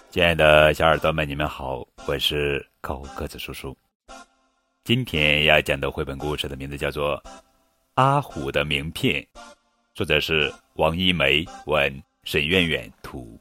亲爱的小耳朵们，你们好，我是高个子叔叔。今天要讲的绘本故事的名字叫做《阿虎的名片》，作者是王一梅，文，沈苑苑图。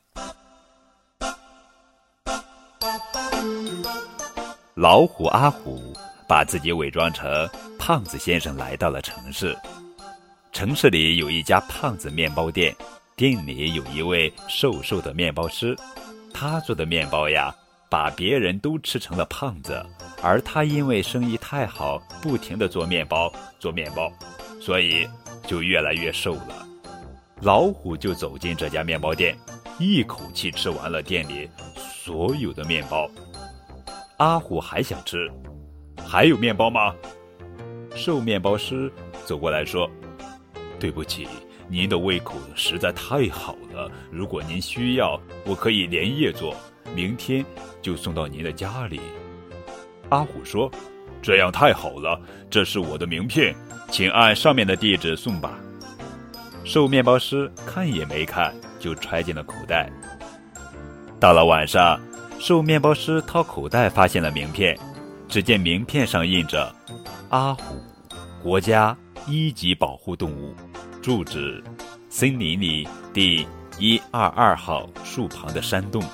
老虎阿虎把自己伪装成胖子先生来到了城市。城市里有一家胖子面包店，店里有一位瘦瘦的面包师，他做的面包呀，把别人都吃成了胖子，而他因为生意太好，不停地做面包，所以就越来越瘦了。老虎就走进这家面包店，一口气吃完了店里所有的面包。阿虎还想吃，还有面包吗？瘦面包师走过来说，对不起，您的胃口实在太好了，如果您需要，我可以连夜做，明天就送到您的家里。阿虎说，这样太好了，这是我的名片，请按上面的地址送吧。瘦面包师看也没看，就揣进了口袋。到了晚上，瘦面包师掏口袋发现了名片，只见名片上印着阿虎，国家一级保护动物，住址森林里第122号树旁的山洞。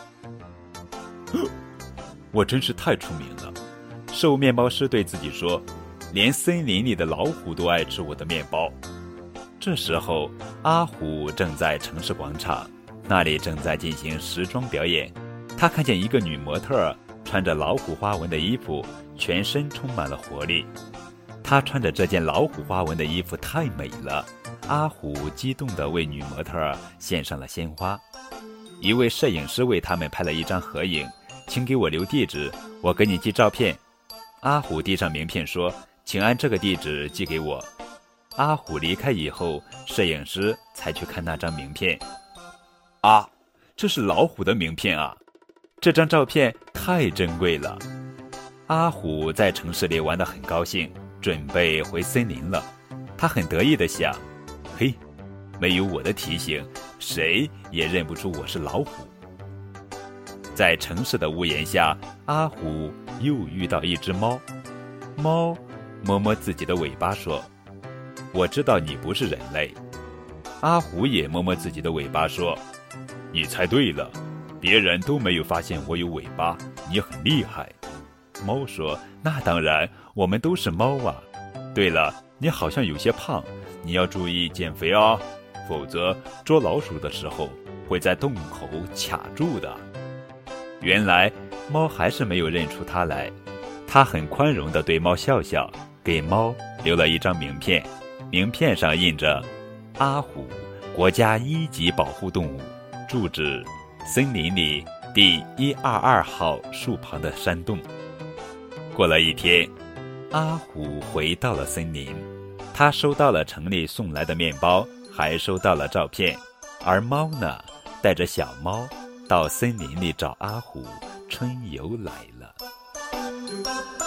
我真是太出名了，瘦面包师对自己说，连森林里的老虎都爱吃我的面包。这时候阿虎正在城市广场，那里正在进行时装表演。他看见一个女模特穿着老虎花纹的衣服，全身充满了活力。她穿着这件老虎花纹的衣服太美了，阿虎激动地为女模特献上了鲜花。一位摄影师为他们拍了一张合影，请给我留地址，我给你寄照片。阿虎递上名片说，请按这个地址寄给我。阿虎离开以后，摄影师才去看那张名片。啊，这是老虎的名片啊！这张照片太珍贵了。阿虎在城市里玩得很高兴，准备回森林了。他很得意地想，嘿，没有我的提醒，谁也认不出我是老虎。在城市的屋檐下，阿虎又遇到一只猫。猫摸摸自己的尾巴说，我知道你不是人类。阿虎也摸摸自己的尾巴说，你猜对了，别人都没有发现我有尾巴，你很厉害。猫说，那当然，我们都是猫啊。对了，你好像有些胖，你要注意减肥哦，否则捉老鼠的时候会在洞口卡住的。原来猫还是没有认出它来，它很宽容地对猫笑笑，给猫留了一张名片，名片上印着阿虎，国家一级保护动物，住址森林里第122号树旁的山洞。过了一天，阿虎回到了森林，他收到了城里送来的面包，还收到了照片。而猫呢，带着小猫到森林里找阿虎春游来了。